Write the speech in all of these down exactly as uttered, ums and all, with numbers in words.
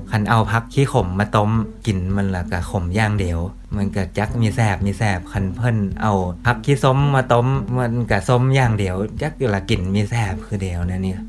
คันเอาพักขี้ขมมาต้มกินมันละก็ขมอย่างเดียวมันก็จักมีแสบมีแสบคันเพิ่นเอาพักขี้ส้มมาต้มมันก็ส้มอย่างเดียวจักละกินมีแสบคือเดียวนะนี่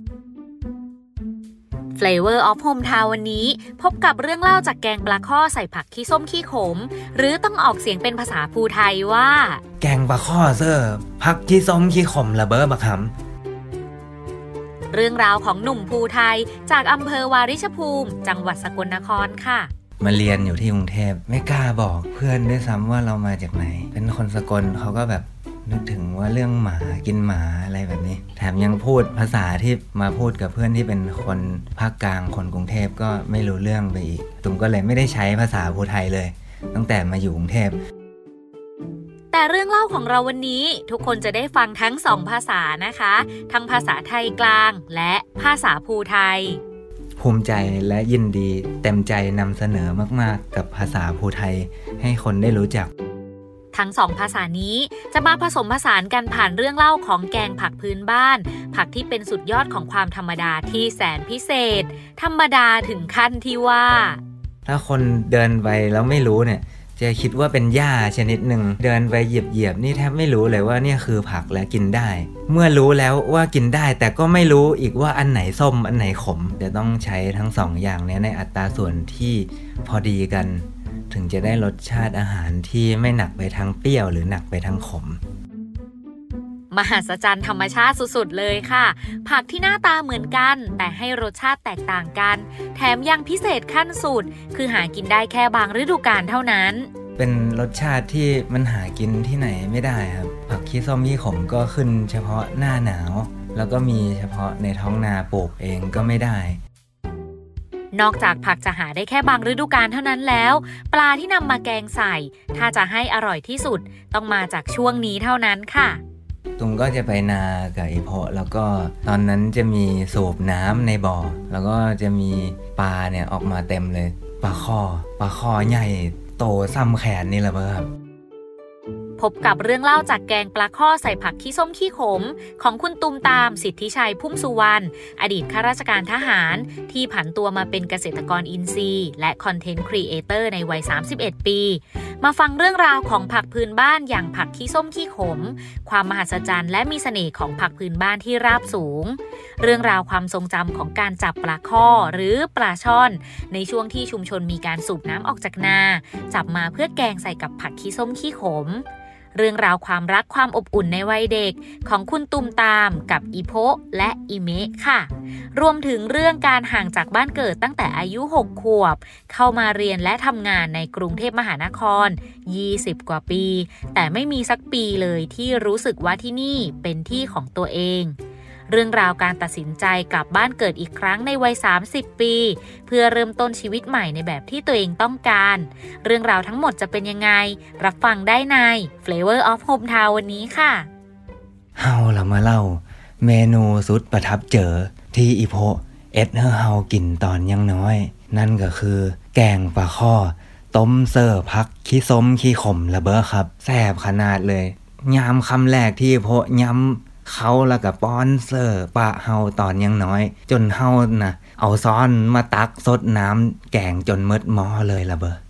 Flavor of Hometown วันนี้พบกับเรื่องเล่าจากแกงปลาข้อใส่ผักขี้ส้มขี้ขมหรือต้องออกเสียงเป็นภาษาภูไทยว่าแกงปลาข้อเซอร์ผักขี้ส้มขี้ขมระเบ้อบักหำเรื่องราวของหนุ่มภูไทยจากอำเภอวาริชภูมิจังหวัดสกลนครค่ะมาเรียนอยู่ที่กรุงเทพไม่กล้าบอกเพื่อนด้วยซ้ำว่าเรามาจากไหนเป็นคนสกลเขาก็แบบนึกถึงว่าเรื่องหมากินหมาอะไรแบบนี้แถมยังพูดภาษาที่มาพูดกับเพื่อนที่เป็นคนภาคกลางคนกรุงเทพก็ไม่รู้เรื่องไปอีกตุ่มก็เลยไม่ได้ใช้ภาษาภูไทยเลยตั้งแต่มาอยู่กรุงเทพแต่เรื่องเล่าของเราวันนี้ทุกคนจะได้ฟังทั้งสองภาษานะคะทั้งภาษาไทยกลางและภาษาภูไทยภูมิใจและยินดีเต็มใจนำเสนอมากๆกับภาษาภูไทยให้คนได้รู้จักทั้งสองภาษานี้จะมาผสมผสานกันผ่านเรื่องเล่าของแกงผักพื้นบ้านผักที่เป็นสุดยอดของความธรรมดาที่แสนพิเศษธรรมดาถึงขั้นที่ว่าถ้าคนเดินไปแล้วไม่รู้เนี่ยจะคิดว่าเป็นหญ้าชนิดหนึ่งเดินไปเหยียบๆนี่แทบไม่รู้เลยว่าเนี่ยคือผักและกินได้เมื่อรู้แล้วว่ากินได้แต่ก็ไม่รู้อีกว่าอันไหนส้มอันไหนขมจะต้องใช้ทั้งสองอย่างนี้ในอัตราส่วนที่พอดีกันถึงจะได้รสชาติอาหารที่ไม่หนักไปทางเปรี้ยวหรือหนักไปทางขมมหัศจรรย์ธรรมชาติสุดๆเลยค่ะผักที่หน้าตาเหมือนกันแต่ให้รสชาติแตกต่างกันแถมยังพิเศษขั้นสุดคือหากินได้แค่บางฤดูกาลเท่านั้นเป็นรสชาติที่มันหากินที่ไหนไม่ได้ครับผักขี้ส้มขี้ขมก็ขึ้นเฉพาะหน้าหนาวแล้วก็มีเฉพาะในท้องนาปลูกเองก็ไม่ได้นอกจากผักจะหาได้แค่บางฤดูกาลเท่านั้นแล้วปลาที่นำมาแกงใส่ถ้าจะให้อร่อยที่สุดต้องมาจากช่วงนี้เท่านั้นค่ะตุงก็จะไปนากับไอโพแล้วก็ตอนนั้นจะมีสูบน้ำในบ่อแล้วก็จะมีปลาเนี่ยออกมาเต็มเลยปลาข้อปลาข้อใหญ่โตซ้ำแขนนี่แหละครับพบกับเรื่องเล่าจากแกงปลาข้อใส่ผักขี้ส้มขี้ขมของคุณตูมตามสิทธิชัยพุ่มสุวรรณอดีตข้าราชการทหารที่ผันตัวมาเป็นเกษตรกรอินทรีย์และคอนเทนต์ครีเอเตอร์ในวัยสามสิบเอ็ดปีมาฟังเรื่องราวของผักพื้นบ้านอย่างผักขี้ส้มขี้ขมความมหัศจรรย์และมีเสน่ห์ของผักพื้นบ้านที่ราบสูงเรื่องราวความทรงจำของการจับปลาข้อหรือปลาช่อนในช่วงที่ชุมชนมีการสูบน้ำออกจากนาจับมาเพื่อแกงใส่กับผักขี้ส้มขี้ขมเรื่องราวความรักความอบอุ่นในวัยเด็กของคุณตุมตามกับอีโพและอีเมะค่ะรวมถึงเรื่องการห่างจากบ้านเกิดตั้งแต่อายุหกขวบเข้ามาเรียนและทำงานในกรุงเทพมหานครยี่สิบกว่าปีแต่ไม่มีสักปีเลยที่รู้สึกว่าที่นี่เป็นที่ของตัวเองเรื่องราวการตัดสินใจกลับบ้านเกิดอีกครั้งในวัยสามสิบปีเพื่อเริ่มต้นชีวิตใหม่ในแบบที่ตัวเองต้องการเรื่องราวทั้งหมดจะเป็นยังไงรับฟังได้ใน Flavor of Hometown วันนี้ค่ะเฮาล่ะมาเล่าเมนูสุดประทับเจอที่อีโพเอ็ดเฮาเฮากินตอนยังน้อยนั่นก็คือแกงปลาข้อต้มเสิร์ฟผักขี้ส้มขี้ขมระเบ้อครับแซ่บขนาดเลยยามคำแรกที่อีโพย้ำเขาแล้วก็ป้อนเซอร์ปะเฮาตอนยังน้อยจนเฮานะเอาซ้อนมาตักซดน้ำแกงจนมืดหม้อเลยละเบอ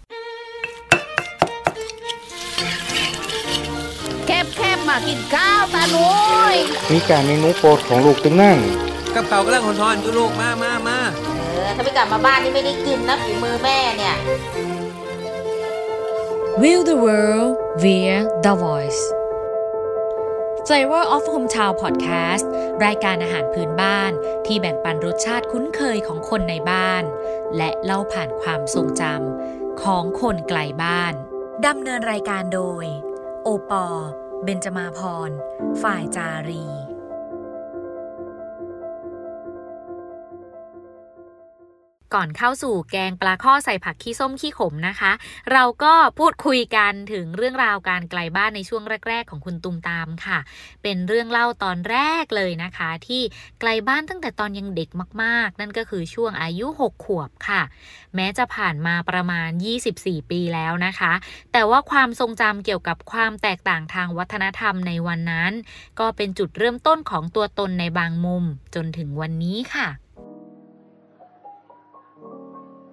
แคบๆมากินข้าวตาหนุ่ยมีการเมนูโปรดของลูกตึงนั่งกับเขากำลังหอนๆอยู่ลูกมามามาเออถ้าไม่กลับมาบ้านนี่ไม่ได้กินนะฝีมือแม่เนี่ย View the world via the voice Flavor of Hometown Podcast รายการอาหารพื้นบ้านที่แบ่งปันรสชาติคุ้นเคยของคนในบ้านและเล่าผ่านความทรงจำของคนไกลบ้านดำเนินรายการโดยโอปอล์เบญจมาภรณ์ฝ่ายจารีก่อนเข้าสู่แกงปลาข้อใส่ผักขี้ส้มขี้ขมนะคะเราก็พูดคุยกันถึงเรื่องราวการไกลบ้านในช่วงแรกๆของคุณตุมตามค่ะเป็นเรื่องเล่าตอนแรกเลยนะคะที่ไกลบ้านตั้งแต่ตอนยังเด็กมากๆนั่นก็คือช่วงอายุหกขวบค่ะแม้จะผ่านมาประมาณยี่สิบสี่ปีแล้วนะคะแต่ว่าความทรงจำเกี่ยวกับความแตกต่างทางวัฒนธรรมในวันนั้นก็เป็นจุดเริ่มต้นของตัวตนในบางมุมจนถึงวันนี้ค่ะ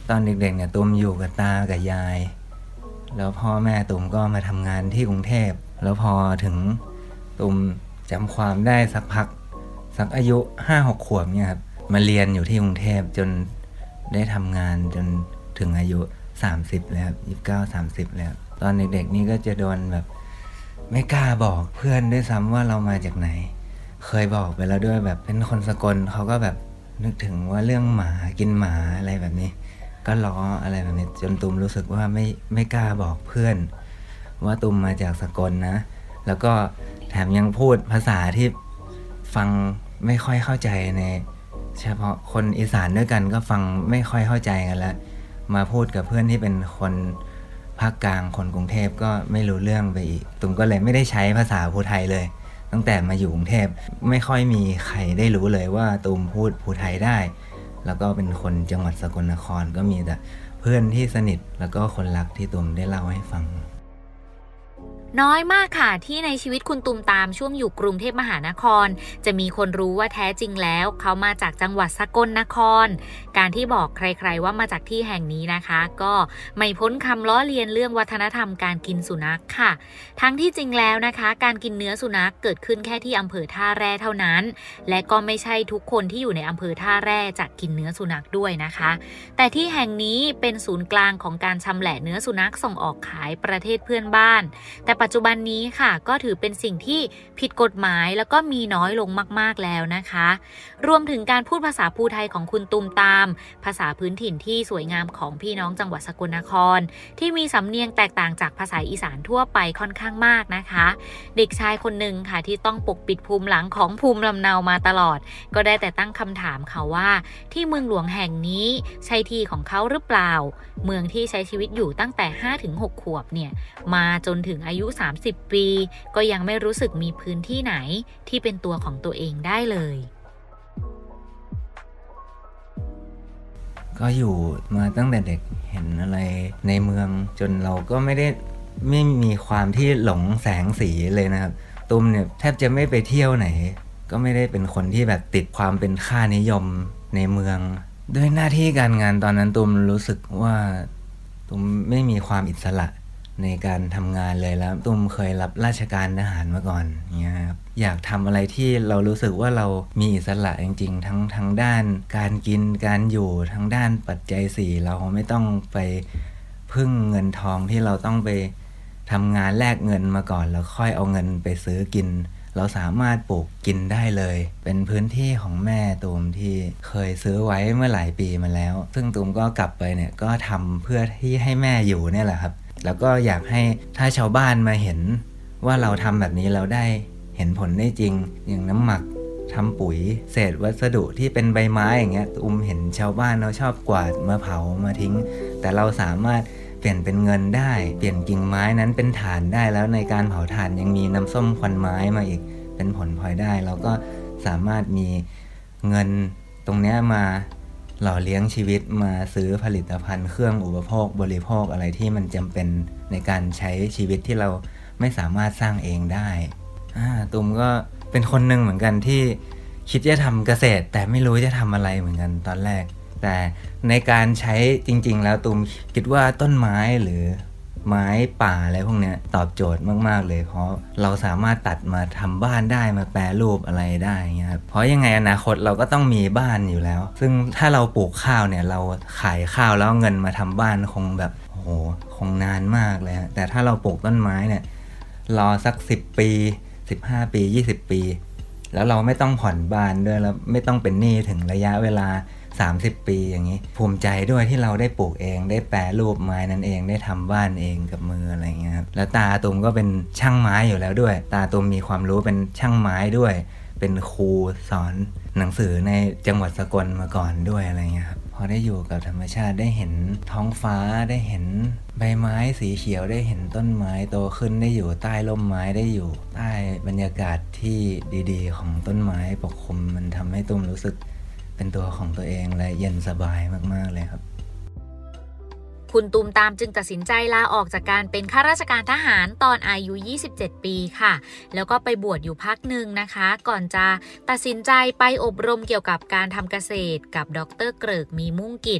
ตอนเด็กๆเนี่ยตุมอยู่กับตากับยายแล้วพ่อแม่ตุมก็มาทำงานที่กรุงเทพแล้วพอถึงตุมจำความได้สักพักสักอายุ ห้าหก ขวบเนี่ยครับมาเรียนอยู่ที่กรุงเทพจนได้ทำงานจนถึงอายุสามสิบแล้วครับยี่สิบเก้า สามสิบแล้วตอนเด็กๆนี่ก็จะโดนแบบไม่กล้าบอกเพื่อนด้วยซ้ำว่าเรามาจากไหนเคยบอกไปแล้วด้วยแบบเป็นคนสกลเขาก็แบบนึกถึงว่าเรื่องหมากินหมาอะไรแบบนี้ก็ล้ออะไรแบบนี้จนตุมรู้สึกว่าไม่ไม่กล้าบอกเพื่อนว่าตุมมาจากสกลนะแล้วก็แถมยังพูดภาษาที่ฟังไม่ค่อยเข้าใจในเฉพาะคนอีสานด้วยกันก็ฟังไม่ค่อยเข้าใจกันแล้วมาพูดกับเพื่อนที่เป็นคนภาคกลางคนกรุงเทพก็ไม่รู้เรื่องไปอีกตุมก็เลยไม่ได้ใช้ภาษาภูไทยเลยตั้งแต่มาอยู่กรุงเทพไม่ค่อยมีใครได้รู้เลยว่าตุมพูดภูไทยได้แล้วก็เป็นคนจังหวัดสกลนครก็มีแต่เพื่อนที่สนิทแล้วก็คนรักที่ตุมได้เล่าให้ฟังน้อยมากค่ะที่ในชีวิตคุณตุมตามช่วงอยู่กรุงเทพมหานครจะมีคนรู้ว่าแท้จริงแล้วเขามาจากจังหวัดสกลนครการที่บอกใครๆว่ามาจากที่แห่งนี้นะคะก็ไม่พ้นคำล้อเลียนเรื่องวัฒนธรรมการกินสุนัขค่ะทั้งที่จริงแล้วนะคะการกินเนื้อสุนัขเกิดขึ้นแค่ที่อำเภอท่าแร่เท่านั้นและก็ไม่ใช่ทุกคนที่อยู่ในอำเภอท่าแร่จะกินเนื้อสุนัขด้วยนะคะแต่ที่แห่งนี้เป็นศูนย์กลางของการชำแหละเนื้อสุนัขส่งออกขายประเทศเพื่อนบ้านแต่ปัจจุบันนี้ค่ะก็ถือเป็นสิ่งที่ผิดกฎหมายแล้วก็มีน้อยลงมากๆแล้วนะคะรวมถึงการพูดภาษาภูไทยของคุณตุมตามภาษาพื้นถิ่นที่สวยงามของพี่น้องจังหวัดสกลนครที่มีสำเนียงแตกต่างจากภาษาอีสานทั่วไปค่อนข้างมากนะคะเด็กชายคนหนึ่งค่ะที่ต้องปกปิดภูมิหลังของภูมิลำเนามาตลอดก็ได้แต่ตั้งคำถามค่ะว่าที่เมืองหลวงแห่งนี้ใช่ที่ของเขาหรือเปล่าเมืองที่ใช้ชีวิตอยู่ตั้งแต่ ห้าถึงหก ขวบเนี่ยมาจนถึงอายุสามสิบปีก็ยังไม่รู้สึกมีพื้นที่ไหนที่เป็นตัวของตัวเองได้เลยก็อยู่มาตั้งแต่เด็กเห็นอะไรในเมืองจนเราก็ไม่ได้ไม่มีความที่หลงแสงสีเลยนะครับตุมเนี่ยแทบจะไม่ไปเที่ยวไหนก็ไม่ได้เป็นคนที่แบบติดความเป็นค่านิยมในเมืองด้วยหน้าที่การงานตอนนั้นตุมรู้สึกว่าตุมไม่มีความอิสระในการทำงานเลยแล้วตุมเคยรับราชการทหารมาก่อนเนี่ยครับอยากทำอะไรที่เรารู้สึกว่าเรามีอิสระจริงๆทั้งทั้งด้านการกินการอยู่ทั้งด้านปัจจัยสี่เราไม่ต้องไปพึ่งเงินทองที่เราต้องไปทำงานแลกเงินมาก่อนแล้วค่อยเอาเงินไปซื้อกินเราสามารถปลูกกินได้เลยเป็นพื้นที่ของแม่ตูมที่เคยซื้อไว้เมื่อหลายปีมาแล้วซึ่งตูมก็กลับไปเนี่ยก็ทำเพื่อที่ให้แม่อยู่เนี่ยแหละครับแล้วก็อยากให้ถ้าชาวบ้านมาเห็นว่าเราทำแบบนี้เราได้เห็นผลได้จริงอย่างน้ำหมักทำปุ๋ยเศษวัสดุที่เป็นใบไม้อย่างเงี้ยตูมเห็นชาวบ้านเราชอบกวาดมาเผามาทิ้งแต่เราสามารถเปลี่ยนเป็นเงินได้เปลี่ยนกิ่งไม้นั้นเป็นถ่านได้แล้วในการเผาถ่านยังมีน้ำส้มควันไม้มาอีกเป็นผลพลอยได้เราก็สามารถมีเงินตรงนี้มาหล่อเลี้ยงชีวิตมาซื้อผลิตภัณฑ์เครื่องอุปโภคบริโภคอะไรที่มันจำเป็นในการใช้ชีวิตที่เราไม่สามารถสร้างเองได้ตุมก็เป็นคนหนึ่งเหมือนกันที่คิดจะทำเกษตรแต่ไม่รู้จะทำอะไรเหมือนกันตอนแรกแต่ในการใช้จริงๆแล้วตุมคิดว่าต้นไม้หรือไม้ป่าอะไรพวกนี้ตอบโจทย์มากๆเลยเพราะเราสามารถตัดมาทำบ้านได้มาแปรรูปอะไรได้เงี้ยครับเพราะยังไงอนาคตเราก็ต้องมีบ้านอยู่แล้วซึ่งถ้าเราปลูกข้าวเนี่ยเราขายข้าวแล้วเงินมาทำบ้านคงแบบโอ้โหคงนานมากเลยแต่ถ้าเราปลูกต้นไม้เนี่ยรอสักสิบปีสิบห้าปียี่สิบปีแล้วเราไม่ต้องผ่อนบ้านด้วยแล้วไม่ต้องเป็นหนี้ถึงระยะเวลาสามสิบปีอย่างนี้ภูมิใจด้วยที่เราได้ปลูกเองได้แปรรูปไม้นั้นเองได้ทำบ้านเองกับมืออะไรเงี้ยครับแล้วตาตุมก็เป็นช่างไม้อยู่แล้วด้วยตาตุมมีความรู้เป็นช่างไม้ด้วยเป็นครูสอนหนังสือในจังหวัดสกลมาก่อนด้วยอะไรเงี้ยครับพอได้อยู่กับธรรมชาติได้เห็นท้องฟ้าได้เห็นใบไม้สีเขียวได้เห็นต้นไม้โตขึ้นได้อยู่ใต้ร่มไม้ได้อยู่ใต้บรรยากาศที่ดีๆของต้นไม้ปกคลุมมันทำให้ตุมรู้สึกเป็นตัวของตัวเองและเย็นสบายมากๆเลยครับคุณตูมตามจึงตัดสินใจลาออกจากการเป็นข้าราชการทหารตอนอายุยี่สิบเจ็ดปีค่ะแล้วก็ไปบวชอยู่พักหนึ่งนะคะก่อนจะตัดสินใจไปอบรมเกี่ยวกับการทำเกษตรกับดร.เกริกมีมุ่งกิจ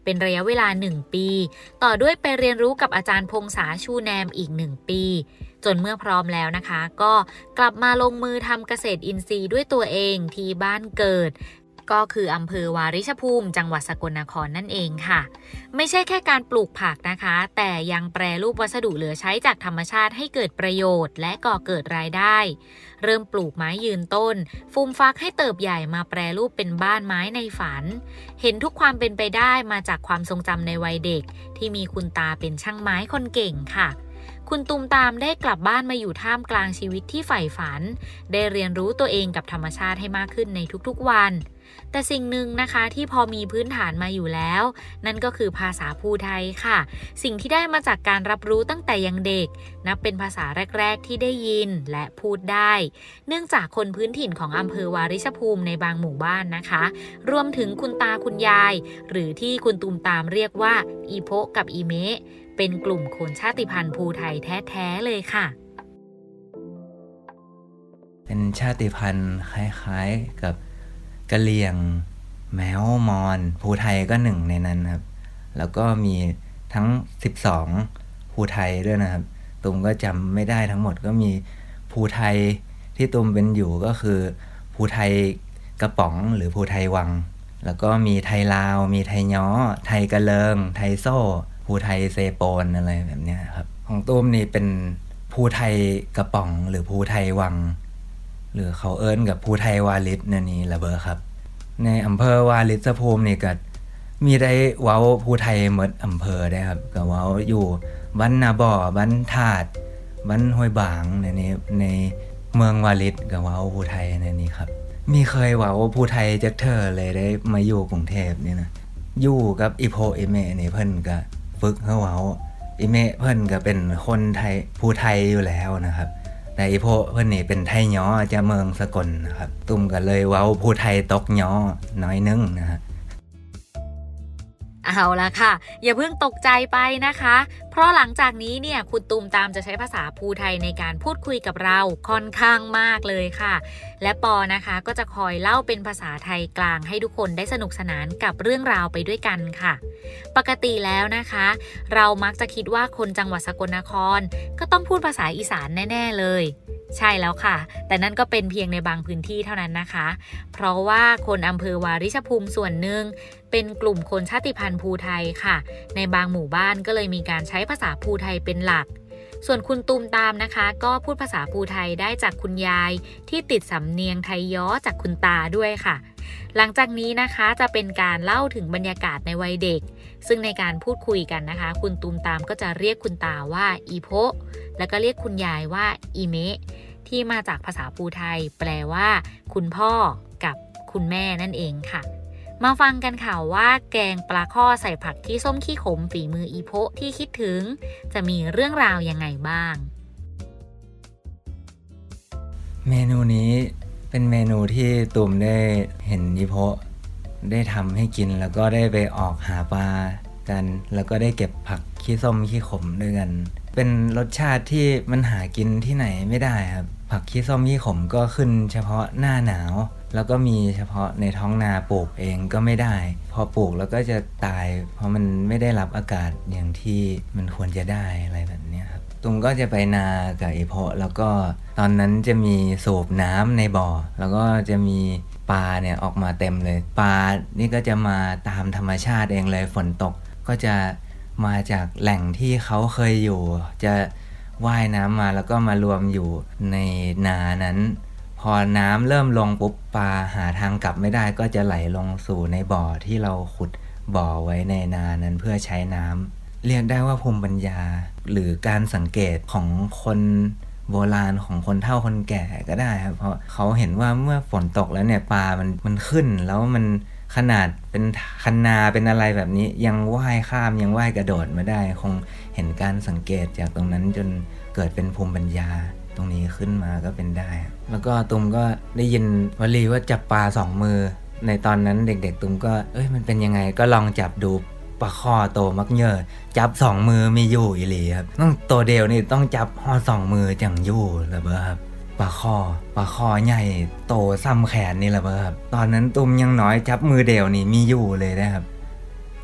เป็นระยะเวลาหนึ่งปีต่อด้วยไปเรียนรู้กับอาจารย์พงษาชูแนมอีกหนึ่งปีจนเมื่อพร้อมแล้วนะคะก็กลับมาลงมือทำเกษตรอินทรีย์ด้วยตัวเองที่บ้านเกิดก็คืออำเภอวาริชภูมิจังหวัดสกลนครนั่นเองค่ะไม่ใช่แค่การปลูกผักนะคะแต่ยังแปรรูปวัสดุเหลือใช้จากธรรมชาติให้เกิดประโยชน์และก่อเกิดรายได้เริ่มปลูกไม้ยืนต้นฟูมฟักให้เติบใหญ่มาแปรรูปเป็นบ้านไม้ในฝันเห็นทุกความเป็นไปได้มาจากความทรงจำในวัยเด็กที่มีคุณตาเป็นช่างไม้คนเก่งค่ะคุณตูมตามได้กลับบ้านมาอยู่ท่ามกลางชีวิตที่ใฝ่ฝันได้เรียนรู้ตัวเองกับธรรมชาติให้มากขึ้นในทุกๆวันแต่สิ่งหนึ่งนะคะที่พอมีพื้นฐานมาอยู่แล้วนั่นก็คือภาษาภูไทยค่ะสิ่งที่ได้มาจากการรับรู้ตั้งแต่ยังเด็กนับเป็นภาษาแรกๆที่ได้ยินและพูดได้เนื่องจากคนพื้นถิ่นของอำเภอวาริชภูมิในบางหมู่บ้านนะคะรวมถึงคุณตาคุณยายหรือที่คุณตูมตามเรียกว่าอีโพะกับอีเมะเป็นกลุ่มคนชาติพันธุ์ภูไทยแท้ๆเลยค่ะเป็นชาติพันธุ์คล้ายๆกับกะเหรี่ยงแมวมอนภูไทยก็หนึ่งในนั้นครับแล้วก็มีทั้งสิบสองภูไทยด้วยนะครับตุมก็จำไม่ได้ทั้งหมดก็มีภูไทยที่ตุมเป็นอยู่ก็คือภูไทยกระป๋องหรือภูไทยวังแล้วก็มีไทยลาวมีไทยย้อไทยกะเลิงไทยโซ่ภูไทยเซโปนอะไรแบบนี้ครับของตุมนี่เป็นภูไทยกระป๋องหรือภูไทยวังหรือเขาเอิ้นกับภูไทยวาลิศนั่นนี่ละเบอครับในอำเภอวาริชภูมินี่ก็มีได้เว้าภูไทยหมดอำเภอได้ครับก็เว้าอยู่บ้านนาบ่อบ้านธาตุบ้านห้วยบางในนี้ในเมืองวาริชก็เว้าภูไทยในนี้ครับมีเคยเว้าภูไทยจักเทื่อเลยได้มาอยู่กรุงเทพนี่นะอยู่กับอีโพอีเมนี่เพิ่นก็ฝึกเฮาเว้าอีเมเพิ่นก็เป็นคนไทยภูไทยอยู่แล้วนะครับแต่อีโพเพิ่นนี่เป็นไทยย้อจะเมืองสกลนะครับตุ้มก็เลยเว้าภูไทยตกย้อน้อยนึงนะฮะเอาละค่ะอย่าเพิ่งตกใจไปนะคะเพราะหลังจากนี้เนี่ยคุณตูมตามจะใช้ภาษาภูไทยในการพูดคุยกับเราค่อนข้างมากเลยค่ะและปอนะคะก็จะคอยเล่าเป็นภาษาไทยกลางให้ทุกคนได้สนุกสนานกับเรื่องราวไปด้วยกันค่ะปกติแล้วนะคะเรามักจะคิดว่าคนจังหวัดสกลนครก็ต้องพูดภาษาอีสานแน่ๆเลยใช่แล้วค่ะแต่นั่นก็เป็นเพียงในบางพื้นที่เท่านั้นนะคะเพราะว่าคนอำเภอวาริชภูมิส่วนหนึ่งเป็นกลุ่มคนชาติพันธุ์ภูไทยค่ะในบางหมู่บ้านก็เลยมีการใช้ภาษาภูไทยเป็นหลักส่วนคุณตูมตามนะคะก็พูดภาษาภูไทยได้จากคุณยายที่ติดสำเนียงไทยย้อจากคุณตาด้วยค่ะหลังจากนี้นะคะจะเป็นการเล่าถึงบรรยากาศในวัยเด็กซึ่งในการพูดคุยกันนะคะคุณตูมตามก็จะเรียกคุณตาว่าอีโพะแล้วก็เรียกคุณยายว่าอีเมะที่มาจากภาษาภูไทยแปลว่าคุณพ่อกับคุณแม่นั่นเองค่ะมาฟังกันค่ะว่าแกงปลาข้อใส่ผักขี้ส้มขี้ขมฝีมืออีโพะที่คิดถึงจะมีเรื่องราวยังไงบ้างเมนูนี้เป็นเมนูที่ตุ่มได้เห็นอีโพะได้ทำให้กินแล้วก็ได้ไปออกหาปลากันแล้วก็ได้เก็บผักขี้ส้มขี้ขมด้วยกันเป็นรสชาติที่มันหากินที่ไหนไม่ได้ครับผักขี้ส้มขี้ขมก็ขึ้นเฉพาะหน้าหนาวแล้วก็มีเฉพาะในท้องนาปลูกเองก็ไม่ได้พอปลูกแล้วก็จะตายเพราะมันไม่ได้รับอากาศอย่างที่มันควรจะได้อะไรแบบนี้ครับตุมก็จะไปนากับอีโพะแล้วก็ตอนนั้นจะมีสูบน้ำในบ่อแล้วก็จะมีปลาเนี่ยออกมาเต็มเลยปลานี่ก็จะมาตามธรรมชาติเองเลยฝนตกก็จะมาจากแหล่งที่เขาเคยอยู่จะว่ายน้ำมาแล้วก็มารวมอยู่ในนานั้นพอน้ำเริ่มลงปุ๊บปลาหาทางกลับไม่ได้ก็จะไหลลงสู่ในบ่อที่เราขุดบ่อไว้ในนานั้นเพื่อใช้น้ำเรียกได้ว่าภูมิปัญญาหรือการสังเกตของคนโบราณของคนเฒ่าคนแก่ก็ได้ครับเพราะเขาเห็นว่าเมื่อฝนตกแล้วเนี่ยปลามันมันขึ้นแล้วมันขนาดเป็นคันนาเป็นอะไรแบบนี้ยังว่ายข้ามยังว่ายกระโดดมาได้คงเห็นการสังเกตจากตรงนั้นจนเกิดเป็นภูมิปัญญาตรงนี้ขึ้นมาก็เป็นได้แล้วก็ตุมก็ได้ยินวลีว่าจับปลาสองมือในตอนนั้นเด็กๆตุมก็เอ้ยมันเป็นยังไงก็ลองจับดูปลาข้อโตมักเยอะจับสองมือมีอยู่อีหลีครับต้องตัวเดียวนี่ต้องจับห่อสองมือจังอยู่เลยเบ้อครับปลาข้อปลาข้อใหญ่โตซ้ำแขนนี่แหละเบ้อครับตอนนั้นตุมยังน้อยจับมือเดียวนี่มีอยู่เลยนะครับต้องเ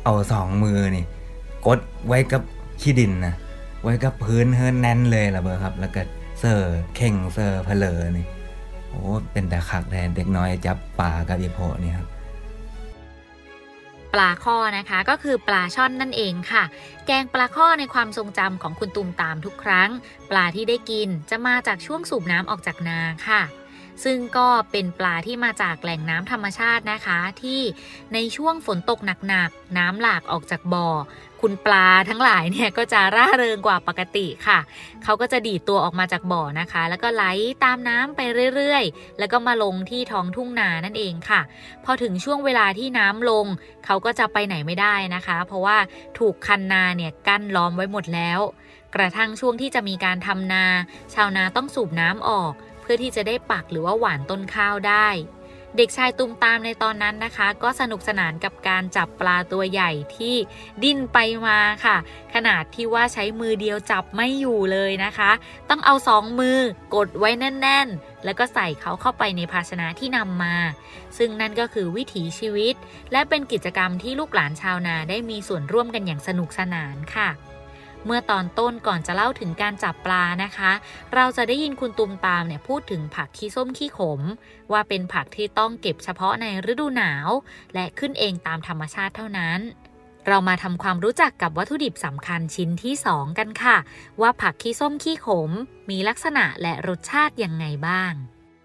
เอาสองมือนี่กดไว้กับขี้ดินนะไว้กับพื้นเฮิร์นแน่นเลยล่ะเบอครับแล้วก็เซอร์เข่งเซอร์เพลอนี่โอ้เป็นตาคักแทนเด็กน้อยจับปลากับอีโพนี่ครับปลาข้อนะคะก็คือปลาช่อนนั่นเองค่ะแกงปลาข้อในความทรงจำของคุณตูมตามทุกครั้งปลาที่ได้กินจะมาจากช่วงสูบน้ำออกจากนาค่ะซึ่งก็เป็นปลาที่มาจากแหล่งน้ำธรรมชาตินะคะที่ในช่วงฝนตกหนักๆน้ำหลากออกจากบ่อคุณปลาทั้งหลายเนี่ยก็จะร่าเริงกว่าปกติค่ะเขาก็จะดีดตัวออกมาจากบ่อนะคะแล้วก็ไหลตามน้ำไปเรื่อยๆแล้วก็มาลงที่ท้องทุ่งนานั่นเองค่ะพอถึงช่วงเวลาที่น้ำลงเขาก็จะไปไหนไม่ได้นะคะเพราะว่าถูกคันนาเนี่ยกั้นล้อมไว้หมดแล้วกระทั่งช่วงที่จะมีการทำนาชาวนาต้องสูบน้ำออกเพื่อที่จะได้ปักหรือว่าหว่านต้นข้าวได้เด็กชายตูมตามในตอนนั้นนะคะก็สนุกสนานกับการจับปลาตัวใหญ่ที่ดิ้นไปมาค่ะขนาดที่ว่าใช้มือเดียวจับไม่อยู่เลยนะคะต้องเอาสองมือกดไว้แน่นๆแล้วก็ใส่เขาเข้าไปในภาชนะที่นำมาซึ่งนั่นก็คือวิถีชีวิตและเป็นกิจกรรมที่ลูกหลานชาวนาได้มีส่วนร่วมกันอย่างสนุกสนานค่ะเมื่อตอนต้นก่อนจะเล่าถึงการจับปลานะคะเราจะได้ยินคุณตูมตามเนี่ยพูดถึงผักขี้ส้มขี้ขมว่าเป็นผักที่ต้องเก็บเฉพาะในฤดูหนาวและขึ้นเองตามธรรมชาติเท่านั้นเรามาทำความรู้จักกับวัตถุดิบสำคัญชิ้นที่สองกันค่ะว่าผักขี้ส้มขี้ขมมีลักษณะและรสชาติยังไงบ้าง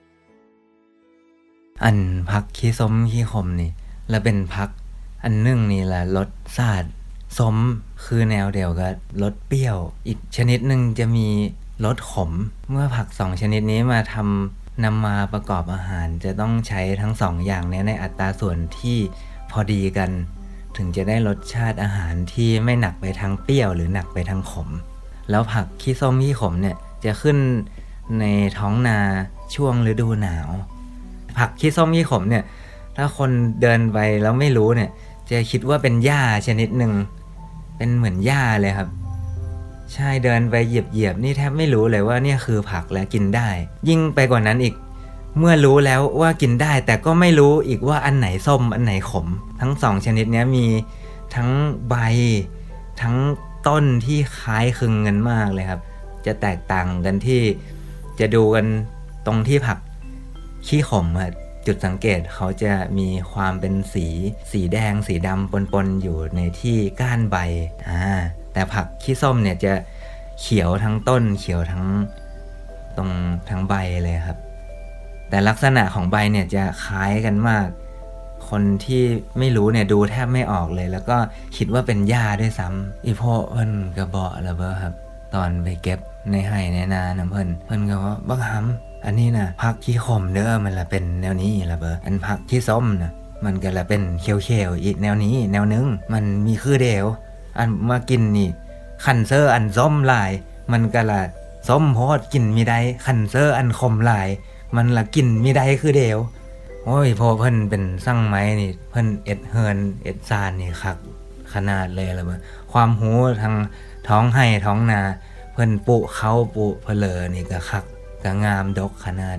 อันผักขี้ส้มขี้ขมนี่และเป็นผักอันนึ่งนี่แหละรสชาติส้มคือแนวเดียวกับรสเปรี้ยวอีกชนิดหนึ่งจะมีรสขมเมื่อผักสองชนิดนี้มาทำนำมาประกอบอาหารจะต้องใช้ทั้งสองอย่างนี้ในอัตราส่วนที่พอดีกันถึงจะได้รสชาติอาหารที่ไม่หนักไปทางเปรี้ยวหรือหนักไปทางขมแล้วผักขี้ส้มขี้ขมเนี่ยจะขึ้นในท้องนาช่วงฤดูหนาวผักขี้ส้มขี้ขมเนี่ยถ้าคนเดินไปแล้วไม่รู้เนี่ยจะคิดว่าเป็นหญ้าชนิดหนึ่งเป็นเหมือนหญ้าเลยครับใช่เดินไปเหยียบๆนี่แทบไม่รู้เลยว่าเนี่ยคือผักและกินได้ยิ่งไปกว่านั้นอีกเมื่อรู้แล้วว่ากินได้แต่ก็ไม่รู้อีกว่าอันไหนส้มอันไหนขมทั้งสองชนิดนี้มีทั้งใบทั้งต้นที่คล้ายคลึงกันมากเลยครับจะแตกต่างกันที่จะดูกันตรงที่ผักขี้ขมครับจุดสังเกตเขาจะมีความเป็นสีสีแดงสีดำปนๆอยู่ในที่ก้านใบอ่าแต่ผักขี้ส้มเนี่ยจะเขียวทั้งต้นเขียวทั้งตรงทั้งใบเลยครับแต่ลักษณะของใบเนี่ยจะคล้ายกันมากคนที่ไม่รู้เนี่ยดูแทบไม่ออกเลยแล้วก็คิดว่าเป็นหญ้าด้วยซ้ำอีพ่อเพิ่นก็บอกแล้วเบ้อครับตอนไปเก็บในไห่ในนาน้ำเพิ่นเพิ่นก็ว่าบักหำอันนี้นะผักขี้ขมเด้อมันละเป็นแนวนี้ละเบ้ออันผักขี้ส้มนะมันก็ละเป็นเขียวๆอีกแนวนี้แนวนึงมันมีคือเดียวอันมากินนี่คันเซอร์อันส้มลายมันก็ละส้มโพดกินมีได้คันเซอร์อันขมลายมันละกินมีได้คือเดียวโอ้ยพอเพิ่นเป็นสั่งไม้นี่เพิ่นเอ็ดเฮินเอ็ดซานนี่คักขนาดเลยละเบ้อความหูทางท้องไห่ท้องนาเพิ่นปุเขาปุเพลอนี่ก็คักก็งามดกขนาด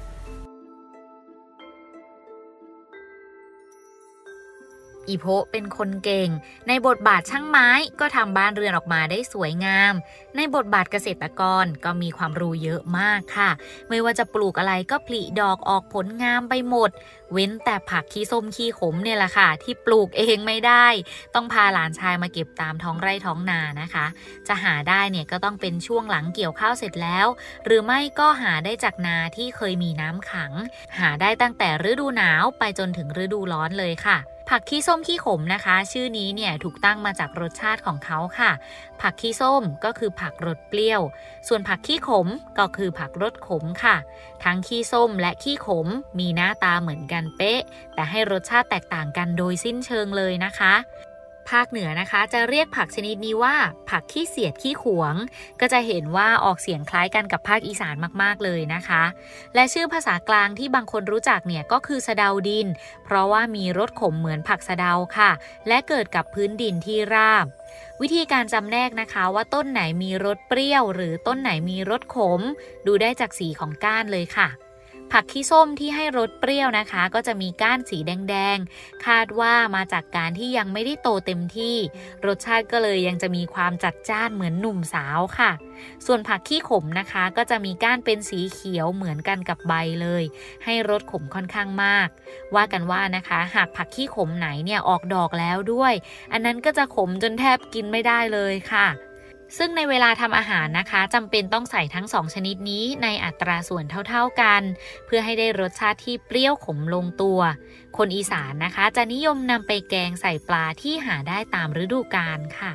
อีโพเป็นคนเก่งในบทบาทช่างไม้ก็ทำบ้านเรือนออกมาได้สวยงามในบทบาทเกษตรกรก็มีความรู้เยอะมากค่ะไม่ว่าจะปลูกอะไรก็ผลิดอกออกผลงามไปหมดเว้นแต่ผักขี้ส้มขี้ขมเนี่ยแหละค่ะที่ปลูกเองไม่ได้ต้องพาหลานชายมาเก็บตามท้องไร่ท้องนานะคะจะหาได้เนี่ยก็ต้องเป็นช่วงหลังเกี่ยวข้าวเสร็จแล้วหรือไม่ก็หาได้จากนาที่เคยมีน้ำขังหาได้ตั้งแต่ฤดูหนาวไปจนถึงฤดูร้อนเลยค่ะผักขี้ส้มขี้ขมนะคะชื่อนี้เนี่ยถูกตั้งมาจากรสชาติของเขาค่ะผักขี้ส้มก็คือผักรสเปรี้ยวส่วนผักขี้ขมก็คือผักรสขมค่ะทั้งขี้ส้มและขี้ขมมีหน้าตาเหมือนกันเป๊ะแต่ให้รสชาติแตกต่างกันโดยสิ้นเชิงเลยนะคะภาคเหนือนะคะจะเรียกผักชนิดนี้ว่าผักขี้เสียดขี้ขวงก็จะเห็นว่าออกเสียงคล้ายกันกับภาคอีสานมากๆเลยนะคะและชื่อภาษากลางที่บางคนรู้จักเนี่ยก็คือสะเดาดินเพราะว่ามีรสขมเหมือนผักสะเดาค่ะและเกิดกับพื้นดินที่ราบวิธีการจำแนกนะคะว่าต้นไหนมีรสเปรี้ยวหรือต้นไหนมีรสขมดูได้จากสีของก้านเลยค่ะผักขี้ส้มที่ให้รสเปรี้ยวนะคะก็จะมีก้านสีแดงๆคาดว่ามาจากการที่ยังไม่ได้โตเต็มที่รสชาติก็เลยยังจะมีความจัดจ้านเหมือนหนุ่มสาวค่ะส่วนผักขี้ขมนะคะก็จะมีก้านเป็นสีเขียวเหมือนกันกับใบเลยให้รสขมค่อนข้างมากว่ากันว่านะคะหากผักขี้ขมไหนเนี่ยออกดอกแล้วด้วยอันนั้นก็จะขมจนแทบกินไม่ได้เลยค่ะซึ่งในเวลาทำอาหารนะคะจำเป็นต้องใส่ทั้งสองชนิดนี้ในอัตราส่วนเท่าๆกันเพื่อให้ได้รสชาติที่เปรี้ยวขมลงตัวคนอีสานนะคะจะนิยมนำไปแกงใส่ปลาที่หาได้ตามฤดูกาลค่ะ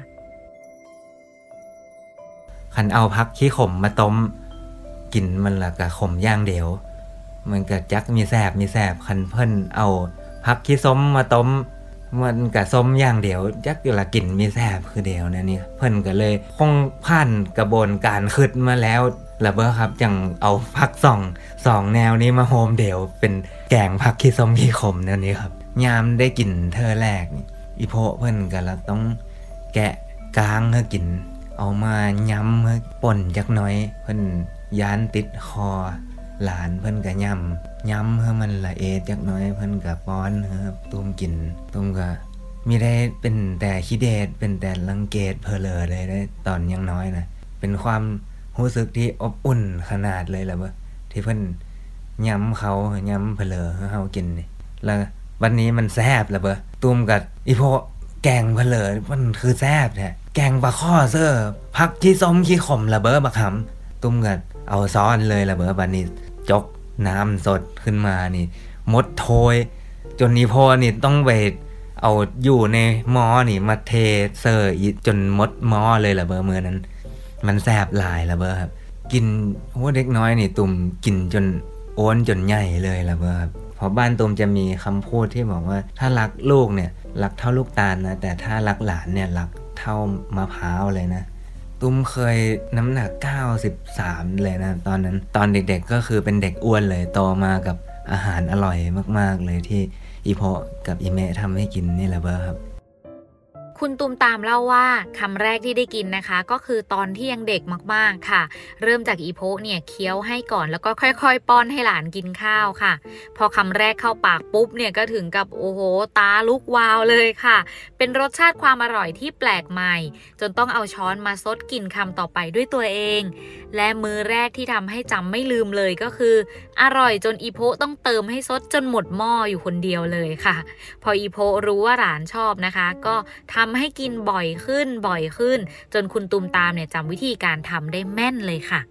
คันเอาผักขี้ขมมาต้มกินมันละกะขมอย่างเดียวมันก็จักมีแสบมีแสบคันเพิ่นเอาผักขี้ส้มมาต้มมันกะส้มอย่างเดียวจักอยู่ละกินมีแสบคือเดียวนะนี่เพิ่นก็เลยคงผ่านกระบวนการคิดมาแล้วละเบ้อครับจังเอาผักสองสองแนวนี้มาโฮมเดียวเป็นแกงผักขี้ส้มขี้ขมแนวนี้ครับยามได้กินเธอแรกนี่อีโพเพิ่นก็ละต้องแกะกลางให้กินเอามาย้ำให้ป่นจักหน่อยเพิ่นย้านติดคอหลานเพิ่นก็ย้ำย้ำให้มันละเอียดจักหน่อยเพิ่นก็ป้อนครับตุ้มกินตุ้มก็มีได้เป็นแต่ขี้เดชเป็นแต่รังเกตเพลอเลยได้ตอนยังน้อยนะเป็นความรู้สึกที่อบอุ่นขนาดเลยล่ะเบ้อที่เพิ่นย้ำเขาย้ำเพลอให้เฮากินนี่แล้ววันนี้มันแซ่บล่ะเบ้อตุ้มกับอีโพแกงเพลอมันคือแซ่บแท้แกงปลาข้อเซ้อผักขี้ส้มขี้ขมล่ะเบ้อบักหำตุ้มก็เอาซ้อนเลยล่ะเบ้อบัดนี้จกน้ำสดขึ้นมานี่มดโทยจนอีโพนี่ต้องไปเอาอยู่ในหม้อนี่มาเทเซอร์จนมดหม้อเลยล่ะเบ้อมื้อนั้นมันแซ่บหลายล่ะเบ้อครับกินโอ้เด็กน้อยนี่ตุ่มกินจนโอนจนใหญ่เลยล่ะเบ้อครับเพราะบ้านตุ่มจะมีคำพูดที่บอกว่าถ้ารักลูกเนี่ยรักเท่าลูกตาลนะแต่ถ้ารักหลานเนี่ยรักเท่ามะพร้าวเลยนะตุ้มเคยน้ำหนักเก้าสิบสามเลยนะตอนนั้นตอนเด็กๆก็คือเป็นเด็กอ้วนเลยโตมากับอาหารอร่อยมากๆเลยที่อีโพกับอีเมะทำให้กินนี่แหละเบ้อครับคุณตูมตามเล่าว่าคำแรกที่ได้กินนะคะก็คือตอนที่ยังเด็กมากๆค่ะเริ่มจากอีโพเนี่ยเคี้ยวให้ก่อนแล้วก็ค่อยๆป้อนให้หลานกินข้าวค่ะพอคำแรกเข้าปากปุ๊บเนี่ยก็ถึงกับโอ้โหตาลุกวาวเลยค่ะเป็นรสชาติความอร่อยที่แปลกใหม่จนต้องเอาช้อนมาซดกินคำต่อไปด้วยตัวเองและมื้อแรกที่ทำให้จำไม่ลืมเลยก็คืออร่อยจนอีโพต้องเติมให้ซดจนหมดหม้ออยู่คนเดียวเลยค่ะพออีโพรู้ว่าหลานชอบนะคะก็ทำให้กินบ่อยขึ้นบ่อยขึ้นจนคุณตูมตามเนี่ยจำวิธีการทำได้แม่นเลยค่ะ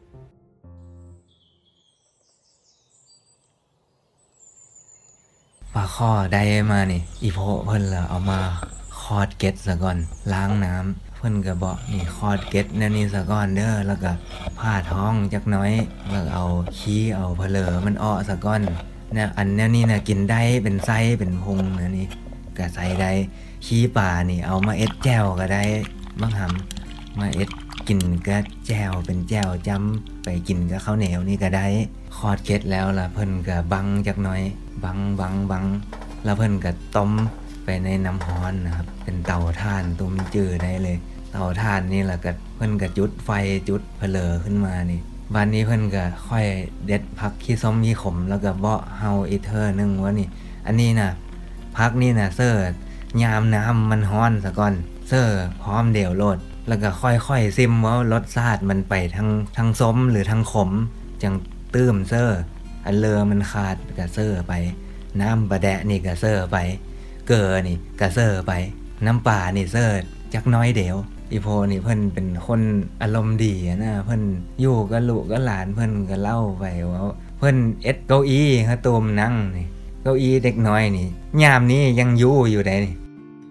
ปลาข้อได้มานี่อีโพเพิ่นละเอามาคอดเก็ตซะก่อนล้างน้ำเพิ่นก็บอกนี่คอดเก็ตแนวนี้ซะก่อนเด้อแล้วก็ผ่าท้องจักหน่อยแล้วเอาขี้เอาเพลอมันอ้อซะก่อนเนี่ยอันแนวนี้น่ะกินได้เป็นไส้เป็นพุงนะนี่ก็ใส่ได้ขี้ปลานี่เอามาเอ็ดแจ่วก็ได้บางหำมาเอ็ดกินกับแจ่วเป็นแจ่วจ้ำไปกินกับข้าวเหนียวนี่ก็ได้คอดเก็ตแล้วล่ะเพิ่นก็บังจักหน่อยบังบังบังแล้วเพิ่นก็ต้มไปในน้ำร้อนนะครับเป็นเตาถ่านต้มจืดได้เลยเตาถ่านนี่แหละก็เพิ่นก็จุดไฟจุดเพลอขึ้นมานี่วันนี้เพิ่นก็ค่อยเด็ดผักขี้ส้มขี้ขมแล้วก็เบาะเฮาอีเทอร์นึงว่านี่อันนี้นะผักนี่นะเซอร์ยามน้ำมันร้อนซะก่อนเซอร์พร้อมเดี่ยวโลดแล้วก็ค่อยๆซิมว่ารสชาติมันไปทั้งทั้งส้มหรือทั้งขมจังตื้มเซอร์อันเลอมันขาดก็เซอร์ไปน้ำปลาแดะนี่ก็เซอร์ไปเกลือนี่ก็เซอร์ไปน้ำปลานี่เซอร์จักน้อยเดียวอีโพนี่เพิ่นเป็นคนอารมณ์ดีนะเพิ่นอยู่กับลูกกับหลานเพิ่นก็เล่าไปว่าเพิ่นเอ็ดเก้าอี้ให้ตูมนั่งนี่เก้าอี้เด็กน้อยนี่ยามนี้ยังอยู่อยู่ได้นี่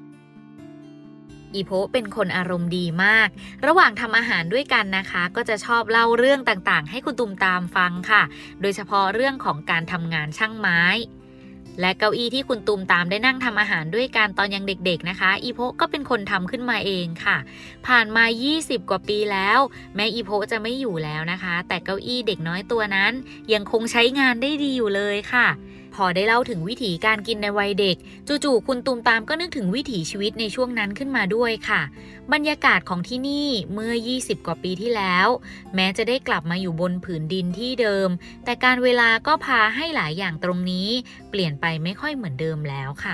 อีโพเป็นคนอารมณ์ดีมากระหว่างทำอาหารด้วยกันนะคะก็จะชอบเล่าเรื่องต่างๆให้คุณตูมตามฟังค่ะโดยเฉพาะเรื่องของการทำงานช่างไม้และเก้าอี้ที่คุณตูมตามได้นั่งทำอาหารด้วยกันตอนยังเด็กๆนะคะอีโพก็เป็นคนทำขึ้นมาเองค่ะผ่านมายี่สิบกว่าปีแล้วแม้อีโพจะไม่อยู่แล้วนะคะแต่เก้าอี้เด็กน้อยตัวนั้นยังคงใช้งานได้ดีอยู่เลยค่ะพพอได้เล่าถึงวิถีการกินในวัยเด็กจู่ๆคุณตูมตามก็นึกถึงวิถีชีวิตในช่วงนั้นขึ้นมาด้วยค่ะบรรยากาศของที่นี่เมื่อยี่สิบกว่าปีที่แล้วแม้จะได้กลับมาอยู่บนผืนดินที่เดิมแต่การเวลาก็พาให้หลายอย่างตรงนี้เปลี่ยนไปไม่ค่อยเหมือนเดิมแล้วค่ะ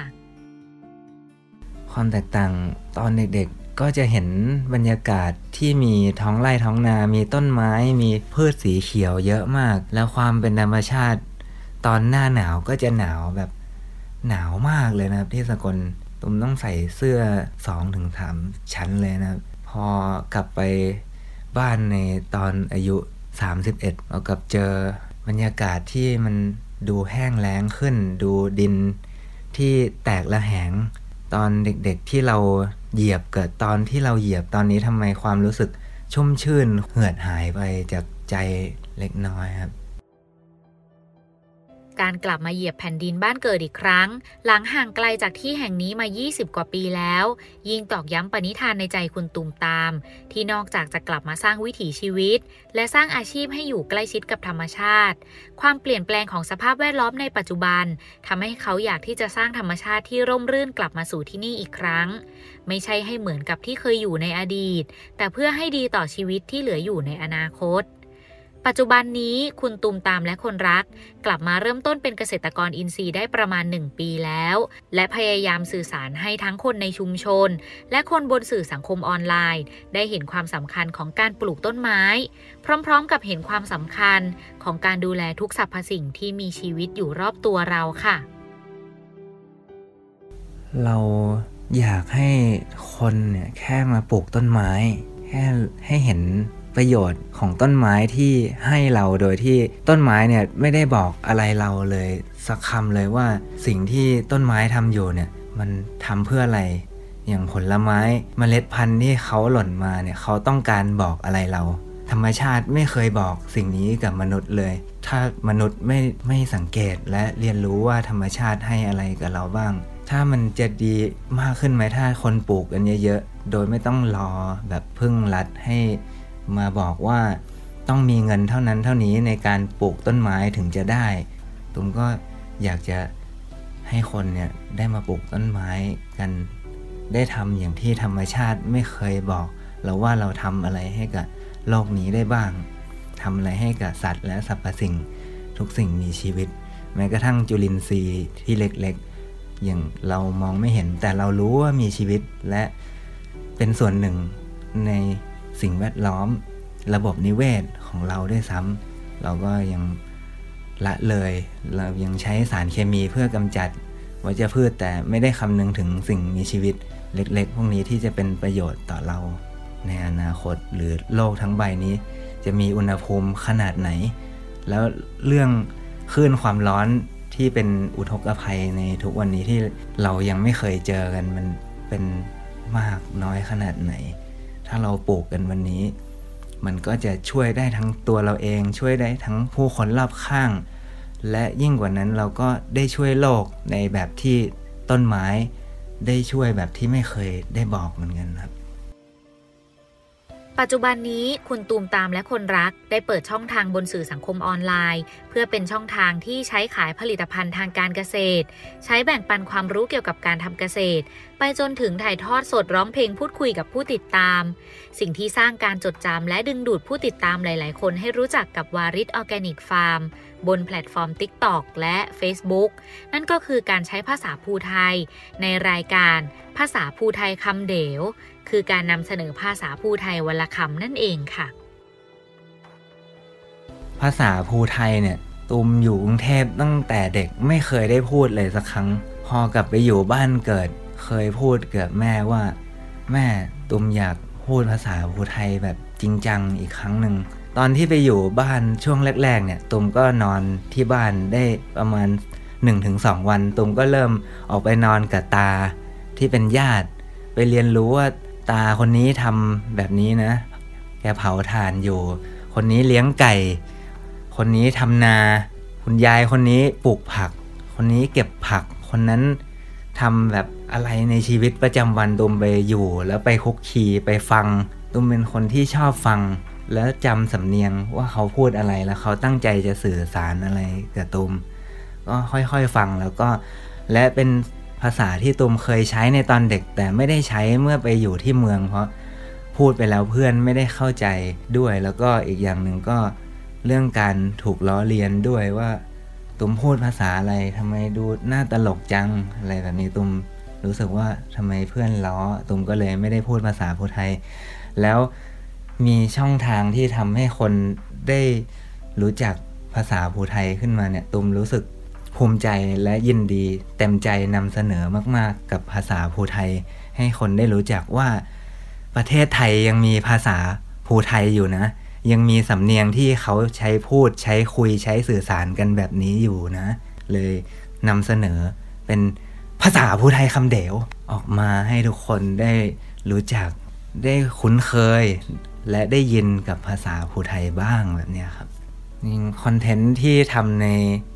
ความแตกต่างตอนเด็กๆก็จะเห็นบรรยากาศที่มีท้องไร่ท้องนามีต้นไม้มีพืชสีเขียวเยอะมากแล้วความเป็นธรรมชาติตอนหน้าหนาวก็จะหนาวแบบหนาวมากเลยนะครับที่สกลตุ้มต้องใส่เสื้อ สองถึงสาม ชั้นเลยนะครับพอกลับไปบ้านในตอนอายุสามสิบเอ็ดเรากลับเจอบรรยากาศที่มันดูแห้งแล้งขึ้นดูดินที่แตกระแหงตอนเด็กๆที่เราเหยียบเกิดตอนที่เราเหยียบตอนนี้ทำไมความรู้สึกชุ่มชื่นเหือดหายไปจากใจเล็กน้อยครับการกลับมาเหยียบแผ่นดินบ้านเกิดอีกครั้งหลังห่างไกลจากที่แห่งนี้มายี่สิบกว่าปีแล้วยิ่งตอกย้ำปณิธานในใจคุณตูมตามที่นอกจากจะกลับมาสร้างวิถีชีวิตและสร้างอาชีพให้อยู่ใกล้ชิดกับธรรมชาติความเปลี่ยนแปลงของสภาพแวดล้อมในปัจจุบันทำให้เขาอยากที่จะสร้างธรรมชาติที่ร่มรื่นกลับมาสู่ที่นี่อีกครั้งไม่ใช่ให้เหมือนกับที่เคยอยู่ในอดีตแต่เพื่อให้ดีต่อชีวิตที่เหลืออยู่ในอนาคตปัจจุบันนี้คุณตูมตามและคนรักกลับมาเริ่มต้นเป็นเกษตรกรอินทรีย์ได้ประมาณหนึ่งปีแล้วและพยายามสื่อสารให้ทั้งคนในชุมชนและคนบนสื่อสังคมออนไลน์ได้เห็นความสำคัญของการปลูกต้นไม้พร้อมๆกับเห็นความสำคัญของการดูแลทุกสรรพสิ่งที่มีชีวิตอยู่รอบตัวเราค่ะเราอยากให้คนเนี่ยแค่มาปลูกต้นไม้แค่ให้เห็นประโยชน์ของต้นไม้ที่ให้เราโดยที่ต้นไม้เนี่ยไม่ได้บอกอะไรเราเลยสักคำเลยว่าสิ่งที่ต้นไม้ทำอยู่เนี่ยมันทำเพื่ออะไรอย่างผลไม้เมล็ดพันธุ์ที่เขาหล่นมาเนี่ยเขาต้องการบอกอะไรเราธรรมชาติไม่เคยบอกสิ่งนี้กับมนุษย์เลยถ้ามนุษย์ไม่ไม่สังเกตและเรียนรู้ว่าธรรมชาติให้อะไรกับเราบ้างถ้ามันจะดีมากขึ้นไหมถ้าคนปลูกกันเยอะๆโดยไม่ต้องรอแบบพึ่งรัฐให้มาบอกว่าต้องมีเงินเท่านั้นเท่านี้ในการปลูกต้นไม้ถึงจะได้ตุ้มก็อยากจะให้คนเนี่ยได้มาปลูกต้นไม้กันได้ทำอย่างที่ธรรมชาติไม่เคยบอกเราว่าเราทำอะไรให้กับโลกนี้ได้บ้างทำอะไรให้กับสัตว์และสรรพสิ่งทุกสิ่งมีชีวิตแม้กระทั่งจุลินทรีย์ที่เล็กๆอย่างเรามองไม่เห็นแต่เรารู้ว่ามีชีวิตและเป็นส่วนหนึ่งในสิ่งแวดล้อมระบบนิเวศของเราด้วยซ้ำเราก็ยังละเลยเรายังใช้สารเคมีเพื่อกำจัดวัชพืชแต่ไม่ได้คำนึงถึงสิ่งมีชีวิตเล็กๆพวกนี้ที่จะเป็นประโยชน์ต่อเราในอนาคตหรือโลกทั้งใบนี้จะมีอุณหภูมิขนาดไหนแล้วเรื่องคลื่นความร้อนที่เป็นอุทกภัยในทุกวันนี้ที่เรายังไม่เคยเจอกันมันเป็นมากน้อยขนาดไหนถ้าเราปลูกกันวันนี้มันก็จะช่วยได้ทั้งตัวเราเองช่วยได้ทั้งผู้คนรอบข้างและยิ่งกว่านั้นเราก็ได้ช่วยโลกในแบบที่ต้นไม้ได้ช่วยแบบที่ไม่เคยได้บอกเหมือนกันครับปัจจุบันนี้คุณตูมตามและคนรักได้เปิดช่องทางบนสื่อสังคมออนไลน์เพื่อเป็นช่องทางที่ใช้ขายผลิตภัณฑ์ทางการเกษตรใช้แบ่งปันความรู้เกี่ยวกับการทำเกษตรไปจนถึงถ่ายทอดสดร้องเพลงพูดคุยกับผู้ติดตามสิ่งที่สร้างการจดจำและดึงดูดผู้ติดตามหลายๆคนให้รู้จักกับวาริสออร์แกนิกฟาร์มบนแพลตฟอร์ม TikTok และ Facebook นั่นก็คือการใช้ภาษาภูไทยในรายการภาษาภูไทยคำเด๋วคือการนำเสนอภาษาภูไทยวันละคำนั่นเองค่ะภาษาภูไทยเนี่ยตูมอยู่กรุงเทพตั้งแต่เด็กไม่เคยได้พูดเลยสักครั้งพอกลับไปอยู่บ้านเกิดเคยพูดกับแม่ว่าแม่ตูมอยากพูดภาษาภูไทยแบบจริงจังอีกครั้งหนึ่งตอนที่ไปอยู่บ้านช่วงแรกๆเนี่ยตูมก็นอนที่บ้านได้ประมาณ หนึ่งถึงสอง วันตูมก็เริ่มออกไปนอนกับตาที่เป็นญาติไปเรียนรู้ว่าตาคนนี้ทำแบบนี้นะแกเผาถ่านอยู่คนนี้เลี้ยงไก่คนนี้ทำนาคุณยายคนนี้ปลูกผักคนนี้เก็บผักคนนั้นทำแบบอะไรในชีวิตประจำวันตูมไปอยู่แล้วไปคุกคีไปฟังตูมเป็นคนที่ชอบฟังแล้วจำสำเนียงว่าเขาพูดอะไรแล้วเขาตั้งใจจะสื่อสารอะไรกับตูมก็ค่อยๆฟังแล้วก็และเป็นภาษาที่ตุมเคยใช้ในตอนเด็กแต่ไม่ได้ใช้เมื่อไปอยู่ที่เมืองเพราะพูดไปแล้วเพื่อนไม่ได้เข้าใจด้วยแล้วก็อีกอย่างหนึ่งก็เรื่องการถูกล้อเลียนด้วยว่าตุมพูดภาษาอะไรทำไมดูน่าตลกจังอะไรแบบนี้ตุมรู้สึกว่าทำไมเพื่อนล้อตุมก็เลยไม่ได้พูดภาษาภูไทยแล้วมีช่องทางที่ทำให้คนได้รู้จักภาษาภูไทยขึ้นมาเนี่ยตุมรู้สึกภูมิใจและยินดีเต็มใจนำเสนอมากๆกับภาษาภูไทยให้คนได้รู้จักว่าประเทศไทยยังมีภาษาภูไทยอยู่นะยังมีสำเนียงที่เขาใช้พูดใช้คุยใช้สื่อสารกันแบบนี้อยู่นะเลยนำเสนอเป็นภาษาภูไทยคำเด๋วออกมาให้ทุกคนได้รู้จักได้คุ้นเคยและได้ยินกับภาษาภูไทยบ้างแบบนี้ครับยิ่งคอนเทนต์ที่ทำใน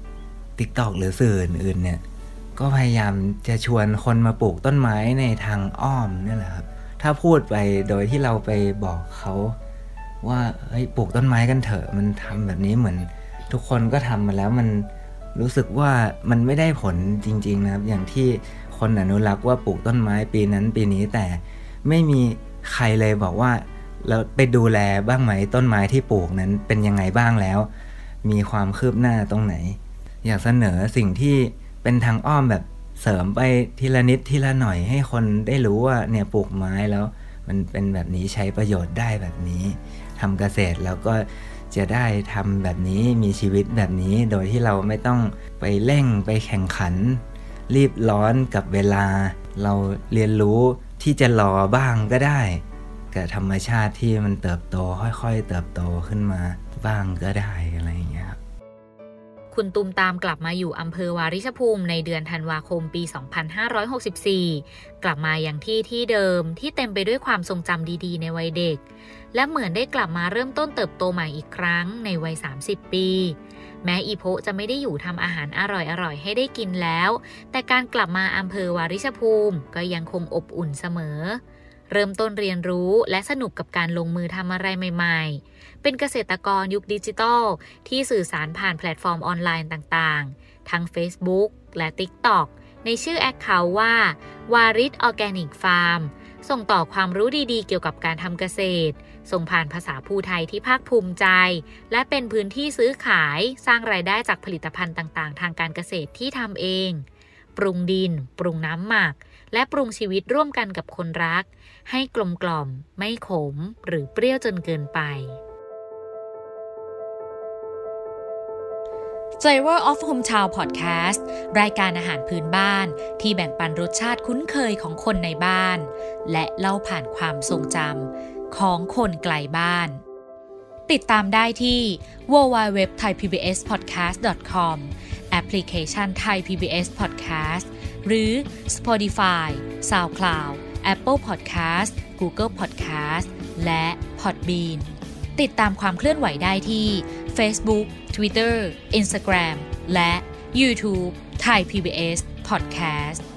TikTok หรือสื่ออื่นๆเนี่ยก็พยายามจะชวนคนมาปลูกต้นไม้ในทางอ้อมนี่แหละครับถ้าพูดไปโดยที่เราไปบอกเขาว่าเฮ้ยปลูกต้นไม้กันเถอะมันทำแบบนี้เหมือนทุกคนก็ทำมาแล้วมันรู้สึกว่ามันไม่ได้ผลจริงๆนะครับอย่างที่คนอนุรักษ์ว่าปลูกต้นไม้ปีนั้นปีนี้แต่ไม่มีใครเลยบอกว่าแล้วไปดูแลบ้างไหมต้นไม้ที่ปลูกนั้นเป็นยังไงบ้างแล้วมีความคืบหน้าตรงไหนอยากเสนอสิ่งที่เป็นทางอ้อมแบบเสริมไปทีละนิดทีละหน่อยให้คนได้รู้ว่าเนี่ยปลูกไม้แล้วมันเป็นแบบนี้ใช้ประโยชน์ได้แบบนี้ทำเกษตรแล้วก็จะได้ทำแบบนี้มีชีวิตแบบนี้โดยที่เราไม่ต้องไปเร่งไปแข่งขันรีบร้อนกับเวลาเราเรียนรู้ที่จะรอบ้างก็ได้กับธรรมชาติที่มันเติบโตค่อยๆเติบโตขึ้นมาบ้างก็ได้อะไรอย่างเงี้ยครับคุณตุมตามกลับมาอยู่อำเภอวาริชภูมิในเดือนธันวาคมปีสองพันห้าร้อยหกสิบสี่กลับมาอย่างที่ที่เดิมที่เต็มไปด้วยความทรงจำดีๆในวัยเด็กและเหมือนได้กลับมาเริ่มต้นเติบโตใหม่อีกครั้งในวัยสามสิบปีแม้อีโพจะไม่ได้อยู่ทำอาหารอร่อยๆให้ได้กินแล้วแต่การกลับมาอำเภอวาริชภูมิก็ยังคงอบอุ่นเสมอเริ่มต้นเรียนรู้และสนุกกับการลงมือทำอะไรใหม่ๆเป็นเกษตรกรยุคดิจิทัลที่สื่อสารผ่านแพลตฟอร์มออนไลน์ต่างๆทั้ง Facebook และ TikTok ในชื่อแอคเคาท์ว่าวาริชออร์แกนิกฟาร์มส่งต่อความรู้ดีๆเกี่ยวกับการทำเกษตรส่งผ่านภาษาภูไทยที่ภาคภูมิใจและเป็นพื้นที่ซื้อขายสร้างรายได้จากผลิตภัณฑ์ต่างๆทางการเกษตรที่ทำเองปรุงดินปรุงน้ำหมักและปรุงชีวิตร่วมกันกับคนรักให้กลมกล่อมไม่ขมหรือเปรี้ยวจนเกินไป Flavor of Hometown Podcast รายการอาหารพื้นบ้านที่แบ่งปันรสชาติคุ้นเคยของคนในบ้านและเล่าผ่านความทรงจำของคนไกลบ้านติดตามได้ที่ ดับเบิลยู ดับเบิลยู ดับเบิลยู ดอท ไทย พี บี เอส พอดแคสต์ ดอท คอม แอปพลิเคชัน Thai พี บี เอส Podcast หรือ Spotify, SoundCloud, Apple Podcast, Google Podcast และ Podbean ติดตามความเคลื่อนไหวได้ที่ Facebook, Twitter, Instagram และ YouTube Thai พี บี เอส Podcast